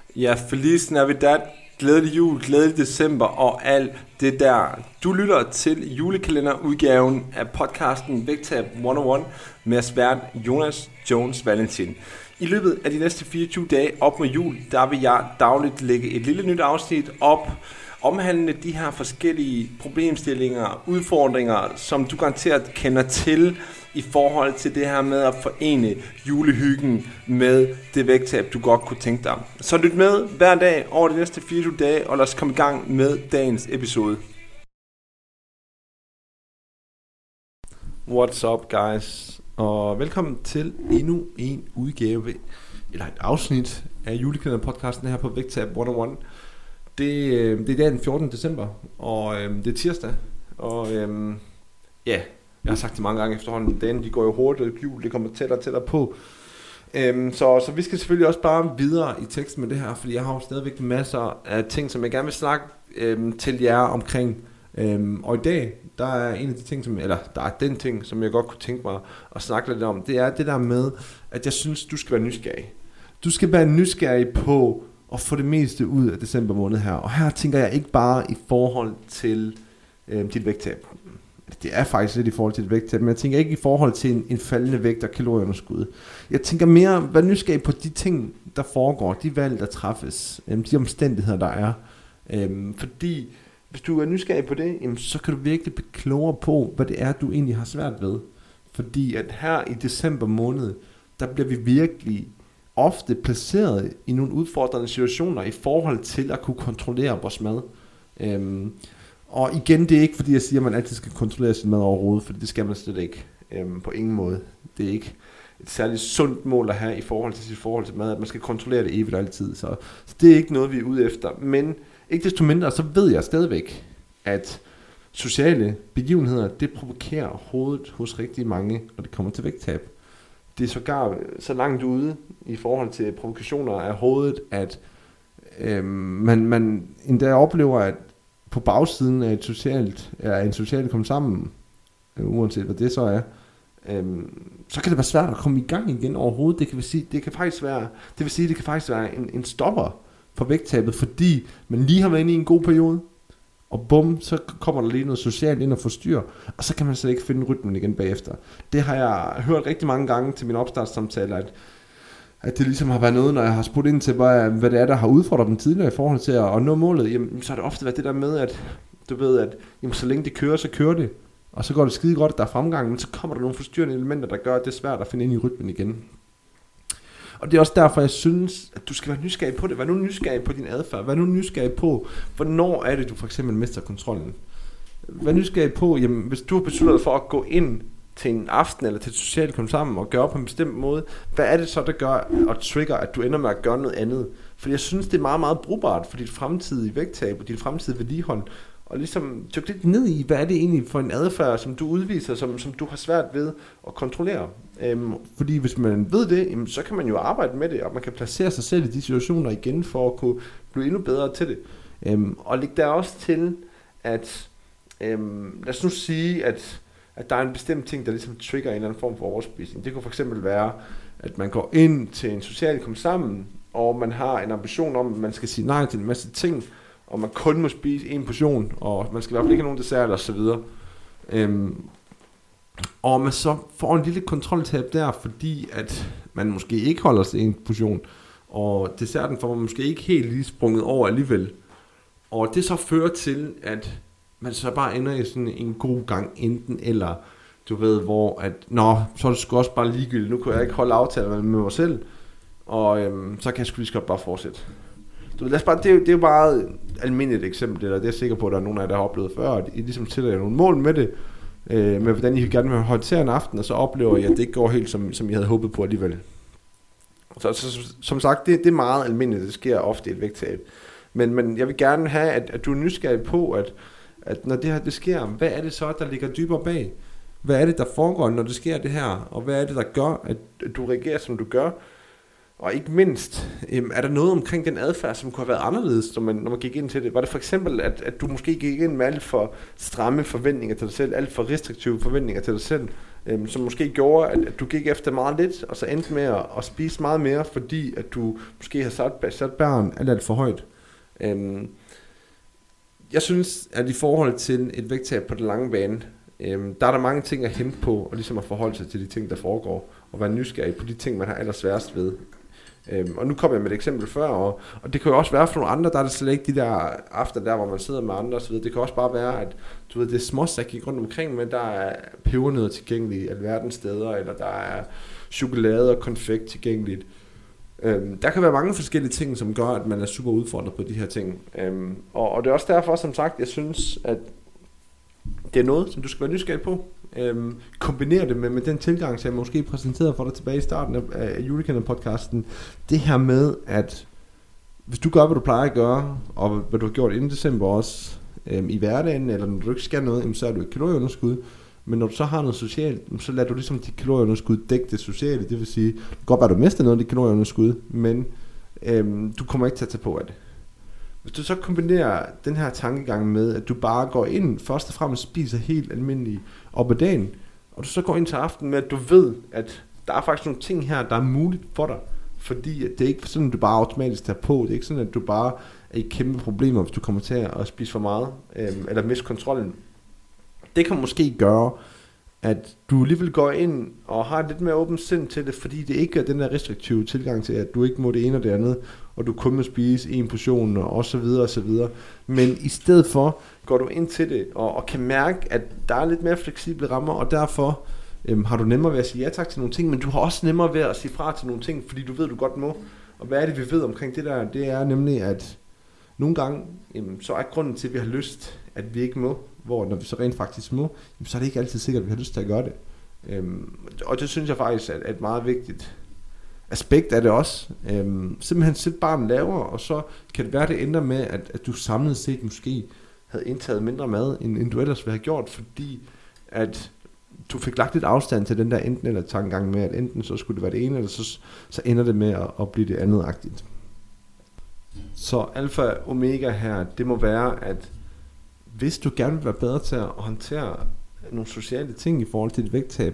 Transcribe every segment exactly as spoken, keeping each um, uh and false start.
Ja, Feliz Navidad, glædelig jul, glædelig december og alt det der. Du lytter til julekalenderudgaven af podcasten Vægtab et nul et med svært Jonas Jones Valentin. I løbet af de næste fireogtyve dage op mod jul, der vil jeg dagligt lægge et lille nyt afsnit op, omhandlende de her forskellige problemstillinger, udfordringer, som du garanteret kender til i forhold til det her med at forene julehyggen med det vægttab, du godt kunne tænke dig. Så lyt med hver dag over de næste fireogtyve dage, og lad os komme i gang med dagens episode. What's up, guys? Og velkommen til endnu en udgave, eller et afsnit af julekalenderpodcasten her på Vægtab et nul et. Det, det er dag den fjortende december, og øhm, det er tirsdag, og øhm, ja, jeg har sagt det mange gange efterhånden, dagen de går jo hurtigt, jul det kommer tættere og tættere på. Øhm, så, så vi skal selvfølgelig også bare videre i teksten med det her, fordi jeg har jo stadigvæk masser af ting, som jeg gerne vil snakke øhm, til jer omkring. Øhm, og i dag, der er en af de ting, som, eller der er den ting, som jeg godt kunne tænke mig at snakke lidt om, det er det der med, at jeg synes, du skal være nysgerrig. Du skal være nysgerrig på at få det meste ud af december måned her. Og her tænker jeg ikke bare i forhold til øh, dit vægttab. Det er faktisk lidt i forhold til dit vægttab, men jeg tænker ikke i forhold til en, en faldende vægt og kalorieunderskud. Jeg tænker mere, vær nysgerrig på de ting, der foregår, de valg, der træffes, øh, de omstændigheder, der er. Øh, fordi hvis du er nysgerrig på det, jamen, så kan du virkelig blive klogere på, hvad det er, du egentlig har svært ved. Fordi at her i december måned, der bliver vi virkelig ofte placeret i nogle udfordrende situationer i forhold til at kunne kontrollere vores mad. Øhm, og igen, det er ikke fordi jeg siger, at man altid skal kontrollere sin mad overhovedet, for det skal man slet ikke øhm, på ingen måde. Det er ikke et særligt sundt mål at have i forhold til sit forhold til mad, at man skal kontrollere det evigt og altid. Så, så det er ikke noget, vi er ude efter. Men ikke desto mindre, så ved jeg stadigvæk, at sociale begivenheder, det provokerer hovedet hos rigtig mange, når det kommer til vægttab. Det er sågar så langt ude i forhold til provokationer af hovedet, at øh, man, man endda oplever, at på bagsiden af et socialt, af en social kom sammen, øh, uanset hvad det så er, øh, så kan det være svært at komme i gang igen overhovedet. Det kan, vil sige, det kan faktisk være, det vil sige, det kan faktisk være en, en stopper for vægttabet, fordi man lige har været inde i en god periode, og bum, så kommer der lige noget socialt ind og forstyrrer, og så kan man slet ikke finde rytmen igen bagefter. Det har jeg hørt rigtig mange gange til mine opstartssamtaler, at, at det ligesom har været noget, når jeg har spurgt ind til, hvad, hvad det er, der har udfordret dem tidligere i forhold til at, at nå målet, jamen, så har det ofte været det der med, at du ved, at jamen, så længe det kører, så kører det, og så går det skide godt, at der er fremgang, men så kommer der nogle forstyrrende elementer, der gør, at det er svært at finde ind i rytmen igen. Og det er også derfor, jeg synes, at du skal være nysgerrig på det. Vær nu nysgerrig på din adfærd. Vær nu nysgerrig på, hvornår er det, du for eksempel mister kontrollen. Vær nysgerrig på, jamen, hvis du har besluttet dig for at gå ind til en aften eller til et socialt kom sammen og gøre på en bestemt måde, hvad er det så, der gør og trigger, at du ender med at gøre noget andet? Fordi jeg synes, det er meget, meget brugbart for dit fremtidige vægttab og dit fremtidige vedligehold. Og ligesom tyk lidt ned i, hvad er det egentlig for en adfærd, som du udviser, som, som du har svært ved at kontrollere. Øhm, fordi hvis man ved det, jamen, så kan man jo arbejde med det, og man kan placere sig selv i de situationer igen, for at kunne blive endnu bedre til det. Øhm, og læg der også til, at øhm, lad os nu sige, at, at der er en bestemt ting, der ligesom trigger en eller anden form for overspisning. Det kunne for eksempel være, at man går ind til en social kom sammen, og man har en ambition om, at man skal sige nej til en masse ting, og man kun må spise en portion, og man skal i hvert fald ikke have nogen dessert og så videre. Øhm, og man så får en lille kontroltab der, fordi at man måske ikke holder sig en portion, og desserten får man måske ikke helt lige sprunget over alligevel. Og det så fører til, at man så bare ender i sådan en god gang enten eller, du ved, hvor at, nå, så er det sgu også bare ligegyldigt, nu kan jeg ikke holde aftaler med mig selv, og øhm, så kan jeg sgu lige så godt bare fortsætte. Du, lad os bare, det, er jo, det er jo bare et almindeligt eksempel, eller det er jeg sikker på, at der er nogen af jer, der har oplevet før, at I ligesom sætter nogle mål med det, øh, med hvordan I gerne vil håndtere en aften, og så oplever I, at det ikke går helt, som, som I havde håbet på alligevel. Så, så som sagt, det, det er meget almindeligt, det sker ofte i et vægttab. Men, men jeg vil gerne have, at, at du er nysgerrig på, at, at når det her det sker, hvad er det så, der ligger dybere bag? Hvad er det, der foregår, når det sker det her? Og hvad er det, der gør, at du reagerer, som du gør? Og ikke mindst, øhm, er der noget omkring den adfærd, som kunne have været anderledes, når man, når man gik ind til det? Var det for eksempel, at, at du måske gik ind med alt for stramme forventninger til dig selv, alt for restriktive forventninger til dig selv, øhm, som måske gjorde, at, at du gik efter meget lidt, og så endte med at, at spise meget mere, fordi at du måske har sat, sat bæren alt, alt for højt. Øhm, jeg synes, at i forhold til et vægttab på den lange bane, øhm, der er der mange ting at hente på, og ligesom at forholde sig til de ting, der foregår, og være nysgerrig på de ting, man har allersværest ved. Øhm, og nu kommer jeg med et eksempel før, og, og det kan jo også være for nogle andre, der er det slet ikke de der aftener der, hvor man sidder med andre og så videre. Det kan også bare være, at du ved, det er småsæk rundt omkring, men der er pebernødder tilgængelige alverdens steder, eller der er chokolade og konfekt tilgængeligt. Øhm, der kan være mange forskellige ting, som gør, at man er super udfordret på de her ting. Øhm, og, og det er også derfor, som sagt, jeg synes, at det er noget, som du skal være nysgerrig på. Øhm, kombinere det med, med den tilgang, som jeg måske præsenterede for dig tilbage i starten af, af Julekalender-podcasten. Det her med, at hvis du gør, hvad du plejer at gøre, og hvad du har gjort inden december også, øhm, i hverdagen, eller når du ikke skal noget, jamen, så er du et kalorieunderskud. Men når du så har noget socialt, så lader du ligesom dit kalorieunderskud dække det sociale. Det vil sige, det kan godt være, at du mister noget af dit kalorieunderskud, men øhm, du kommer ikke til at tage på af det. Hvis du så kombinerer den her tankegang med, at du bare går ind, først og fremmest spiser helt almindeligt op ad dagen, og du så går ind til aften med, at du ved, at der er faktisk nogle ting her, der er muligt for dig, fordi det er ikke sådan, at du bare automatisk tager på, det er ikke sådan, at du bare er i kæmpe problemer, hvis du kommer til at spise for meget, øhm, eller miste kontrollen. Det kan måske gøre, at du alligevel går ind og har lidt mere åbent sind til det, fordi det ikke er den der restriktive tilgang til, at du ikke må det ene og det andet, og du kun må spise en portion, og så videre og så videre. Men i stedet for går du ind til det, og, og kan mærke, at der er lidt mere fleksible rammer, og derfor øhm, har du nemmere ved at sige ja tak til nogle ting, men du har også nemmere ved at sige fra til nogle ting, fordi du ved, du godt må. Og hvad er det, vi ved omkring det der? Det er nemlig, at nogle gange, jamen, så er grunden til, at vi har lyst, at vi ikke må, hvor når vi så rent faktisk må, jamen, så er det ikke altid sikkert, at vi har lyst til at gøre det. Øhm, og det synes jeg faktisk er et meget vigtigt aspekt af det også. Øhm, simpelthen sæt barnet lavere, og så kan det være, det ender med, at, at du samlet set måske havde indtaget mindre mad, end, end du ellers ville have gjort, fordi at du fik lagt lidt afstand til den der enten eller tankegang med, at enten så skulle det være det ene, eller så, så ender det med at, at blive det andet-agtigt. Så alfa og omega her, det må være, at hvis du gerne vil være bedre til at håndtere nogle sociale ting i forhold til dit vægttab,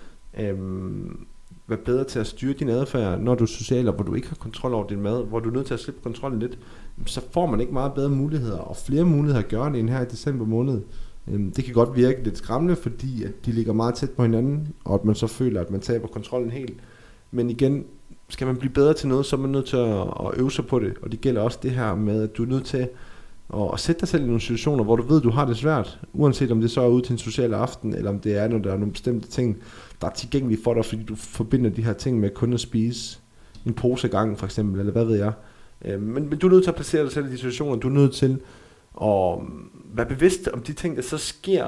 øhm, være bedre til at styre din adfærd, når du er social, og hvor du ikke har kontrol over din mad, hvor du er nødt til at slippe kontrollen lidt, så får man ikke meget bedre muligheder, og flere muligheder at gøre det end her i december måned. Øhm, det kan godt virke lidt skræmmende, fordi at de ligger meget tæt på hinanden, og at man så føler, at man taber kontrollen helt. Men igen, skal man blive bedre til noget, så er man nødt til at, at øve sig på det, og det gælder også det her med, at du er nødt til og, og sætte dig selv i nogle situationer, hvor du ved, du har det svært, uanset om det så er ude til en social aften, eller om det er, når der er nogle bestemte ting, der er tilgængelige for dig, fordi du forbinder de her ting med kun at spise en pose gang, for eksempel, eller hvad ved jeg. Øh, men, men du er nødt til at placere dig selv i de situationer, du er nødt til at være bevidst om de ting, der så sker,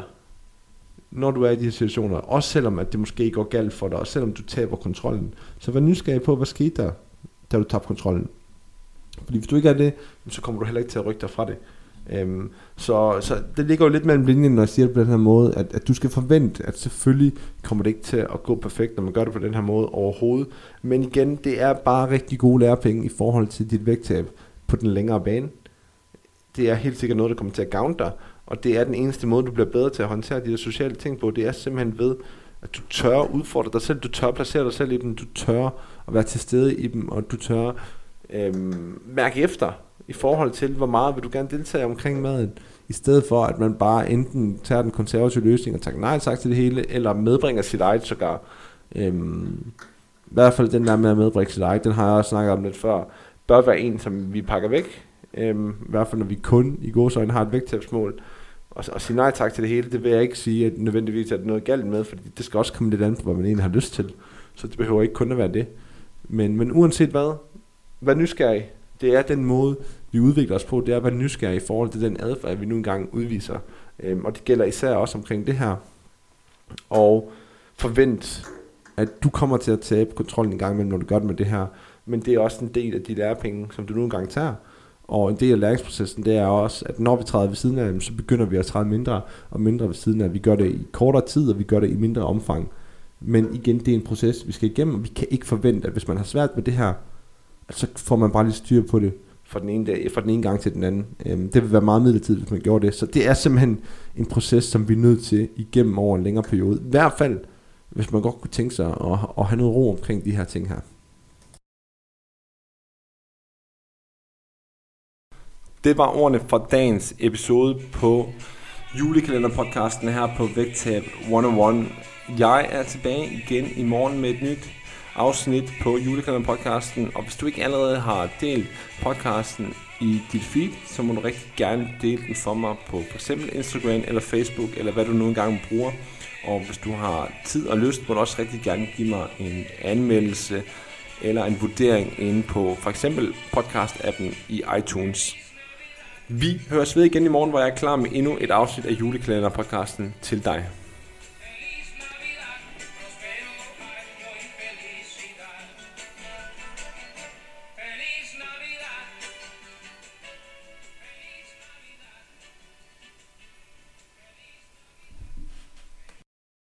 når du er i de her situationer, også selvom at det måske ikke går galt for dig, og selvom du taber kontrollen. Så vær nysgerrig på, hvad skete der, da du tabte kontrollen. Fordi hvis du ikke er det, så kommer du heller ikke til at rykke dig fra det. Øhm, så, så det ligger jo lidt mellem linjen, når jeg siger det på den her måde, at, at du skal forvente, at selvfølgelig kommer det ikke til at gå perfekt, når man gør det på den her måde overhovedet. Men igen, det er bare rigtig gode lærepenge i forhold til dit vægttab på den længere bane. Det er helt sikkert noget, der kommer til at gavne dig, og det er den eneste måde, du bliver bedre til at håndtere de her sociale ting på. Det er simpelthen ved, at du tør udfordre dig selv, du tør placere dig selv i dem, du tør at være til stede i dem, og du tør øhm, mærke efter i forhold til, hvor meget vil du gerne deltage omkring maden, i stedet for, at man bare enten tager den konservative løsning og tager nej tak til det hele, eller medbringer sit eget sågar. Øhm, I hvert fald den der med at medbringe sit eget, den har jeg også snakket om lidt før, bør være en, som vi pakker væk. Øhm, I hvert fald når vi kun i gåseøjne har et vægttabsmål, og, og sige nej tak til det hele, det vil jeg ikke sige, at nødvendigvis er det noget galt med, fordi det skal også komme lidt an på, hvad man egentlig har lyst til. Så det behøver ikke kun at være det. Men, men uanset hvad, vær nysgerrig. Det er den måde, vi udvikler os på, det er at være nysgerrig i forhold til den adfærd, vi nu engang udviser. Øhm, og det gælder især også omkring det her. Og forvent, at du kommer til at tabe kontrollen en gang imellem, når du gør det med det her. Men det er også en del af de lærepenge, som du nu engang tager. Og en del af læringsprocessen, det er også, at når vi træder ved siden af dem, så begynder vi at træde mindre og mindre ved siden af. Vi gør det i kortere tid, og vi gør det i mindre omfang. Men igen, det er en proces, vi skal igennem, og vi kan ikke forvente, at hvis man har svært med det her, så får man bare lige styr på det fra den ene, dag, fra den ene gang til den anden. Øhm, det vil være meget midlertidigt, hvis man gjorde det. Så det er simpelthen en proces, som vi er nødt til igennem over en længere periode. I hvert fald, hvis man godt kunne tænke sig at, at have noget ro omkring de her ting her. Det var ordene fra dagens episode på julekalenderpodcasten her på Vægttab et nul et. Jeg er tilbage igen i morgen med et nyt afsnit på julekalenderpodcasten, og hvis du ikke allerede har delt podcasten i dit feed, så må du rigtig gerne dele den for mig på for eksempel Instagram eller Facebook, eller hvad du nu engang bruger. Og hvis du har tid og lyst, må du også rigtig gerne give mig en anmeldelse eller en vurdering inde på for eksempel podcast-appen i iTunes. Vi høres ved igen i morgen, hvor jeg er klar med endnu et afsnit af julekalenderpodcasten til dig.